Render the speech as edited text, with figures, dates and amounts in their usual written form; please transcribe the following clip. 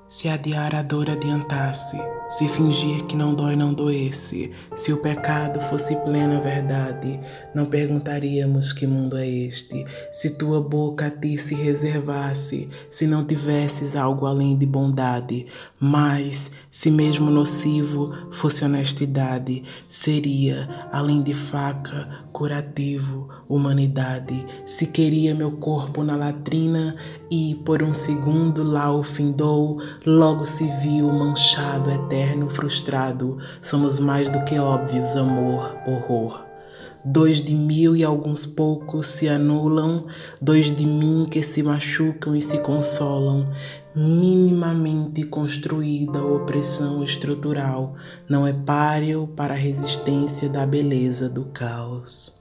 Se adiar a dor adiantasse, se fingir que não dói não doesse, se o pecado fosse plena verdade, não perguntaríamos que mundo é este. Se tua boca a ti se reservasse, se não tivesses algo além de bondade, mas se mesmo nocivo fosse honestidade, seria, além de faca, curativo, humanidade. Se queria meu corpo na latrina e por um segundo lá o findou, logo se viu manchado, eterno, frustrado. Somos mais do que óbvios, amor, horror. 2 de 1000 e alguns poucos se anulam, 2 de mim que se machucam e se consolam. Minimamente construída opressão estrutural não é páreo para a resistência da beleza do caos.